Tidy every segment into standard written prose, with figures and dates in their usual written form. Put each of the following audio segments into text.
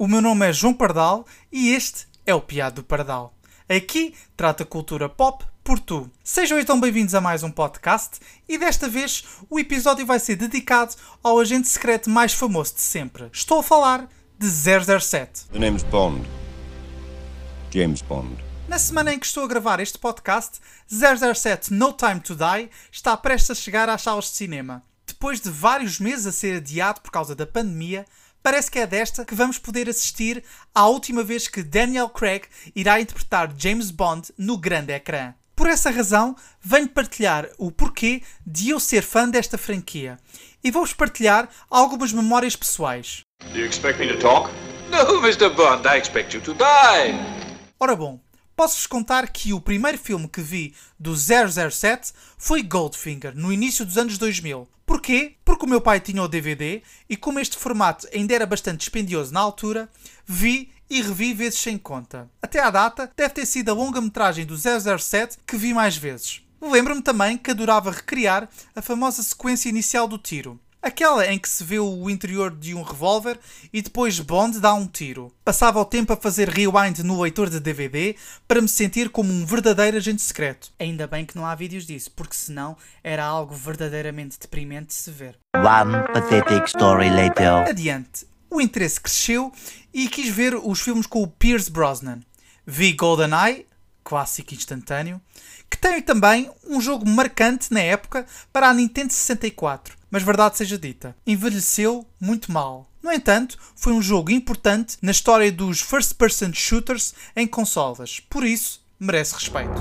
O meu nome é João Pardal e este é o Piado do Pardal. Aqui trata cultura pop por tu. Sejam então bem-vindos a mais um podcast e desta vez o episódio vai ser dedicado ao agente secreto mais famoso de sempre. Estou a falar de 007. The name's Bond. James Bond. Na semana em que estou a gravar este podcast, 007 No Time to Die está prestes a chegar às salas de cinema. Depois de vários meses a ser adiado por causa da pandemia, parece que é desta que vamos poder assistir à última vez que Daniel Craig irá interpretar James Bond no grande ecrã. Por essa razão, venho partilhar o porquê de eu ser fã desta franquia e vou-vos partilhar algumas memórias pessoais. Do you expect me to talk? No, Mr. Bond, I expect you to die. Ora bom, posso-vos contar que o primeiro filme que vi do 007 foi Goldfinger, no início dos anos 2000. Porquê? Porque o meu pai tinha o DVD e como este formato ainda era bastante dispendioso na altura, vi e revi vezes sem conta. Até à data, deve ter sido a longa-metragem do 007 que vi mais vezes. Lembro-me também que adorava recriar a famosa sequência inicial do tiro. Aquela em que se vê o interior de um revólver e depois Bond dá um tiro. Passava o tempo a fazer rewind no leitor de DVD para me sentir como um verdadeiro agente secreto. Ainda bem que não há vídeos disso, porque senão era algo verdadeiramente deprimente de se ver. One pathetic story later. Adiante. O interesse cresceu e quis ver os filmes com o Pierce Brosnan. Vi GoldenEye, clássico instantâneo, que tem também um jogo marcante na época para a Nintendo 64. Mas verdade seja dita, envelheceu muito mal. No entanto, foi um jogo importante na história dos first-person shooters em consolas. Por isso, merece respeito.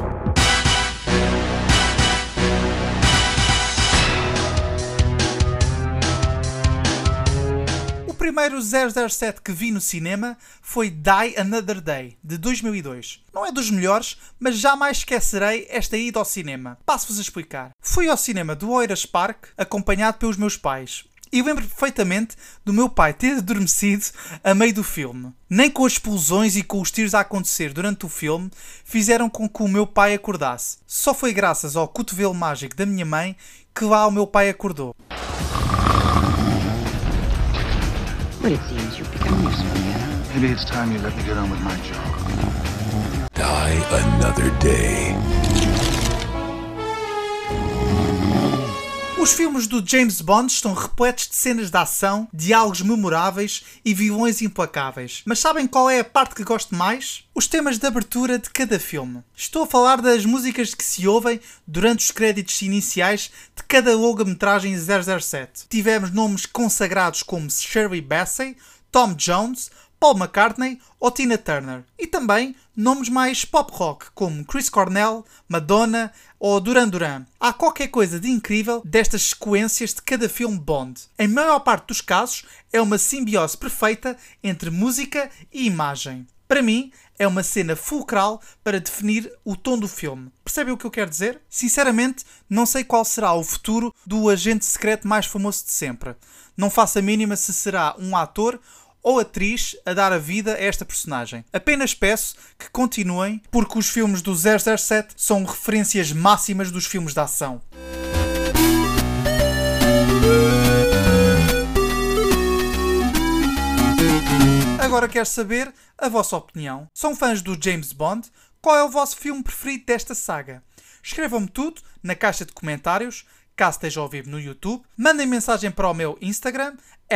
O primeiro 007 que vi no cinema foi Die Another Day, de 2002. Não é dos melhores, mas jamais esquecerei esta ida ao cinema. Passo-vos a explicar. Fui ao cinema do Oeiras Park, acompanhado pelos meus pais. E lembro perfeitamente do meu pai ter adormecido a meio do filme. Nem com as explosões e com os tiros a acontecer durante o filme fizeram com que o meu pai acordasse. Só foi graças ao cotovelo mágico da minha mãe que lá o meu pai acordou. But it seems you've become useful, yeah? Maybe it's time you let me get on with my job. Die another day. Os filmes do James Bond estão repletos de cenas de ação, diálogos memoráveis e vilões implacáveis. Mas sabem qual é a parte que gosto mais? Os temas de abertura de cada filme. Estou a falar das músicas que se ouvem durante os créditos iniciais de cada longa-metragem 007. Tivemos nomes consagrados como Shirley Bassey, Tom Jones, Paul McCartney ou Tina Turner. E também nomes mais pop rock, como Chris Cornell, Madonna ou Duran Duran. Há qualquer coisa de incrível destas sequências de cada filme Bond. Em maior parte dos casos, é uma simbiose perfeita entre música e imagem. Para mim, é uma cena fulcral para definir o tom do filme. Percebem o que eu quero dizer? Sinceramente, não sei qual será o futuro do agente secreto mais famoso de sempre. Não faço a mínima se será um ator ou atriz a dar a vida a esta personagem. Apenas peço que continuem, porque os filmes do 007 são referências máximas dos filmes de ação. Agora quero saber a vossa opinião. São fãs do James Bond? Qual é o vosso filme preferido desta saga? Escrevam-me tudo na caixa de comentários, caso esteja ao vivo no YouTube. Mandem mensagem para o meu Instagram,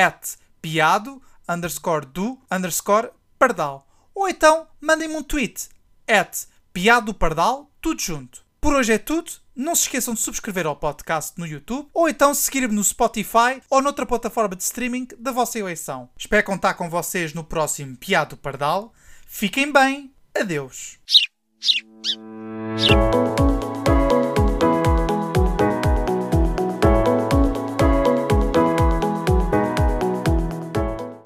@piado_do_pardal. Ou então, mandem-me um tweet, @piadopardal, tudo junto. Por hoje é tudo. Não se esqueçam de subscrever ao podcast no YouTube ou então seguir-me no Spotify ou noutra plataforma de streaming da vossa eleição. Espero contar com vocês no próximo Piado Pardal. Fiquem bem. Adeus.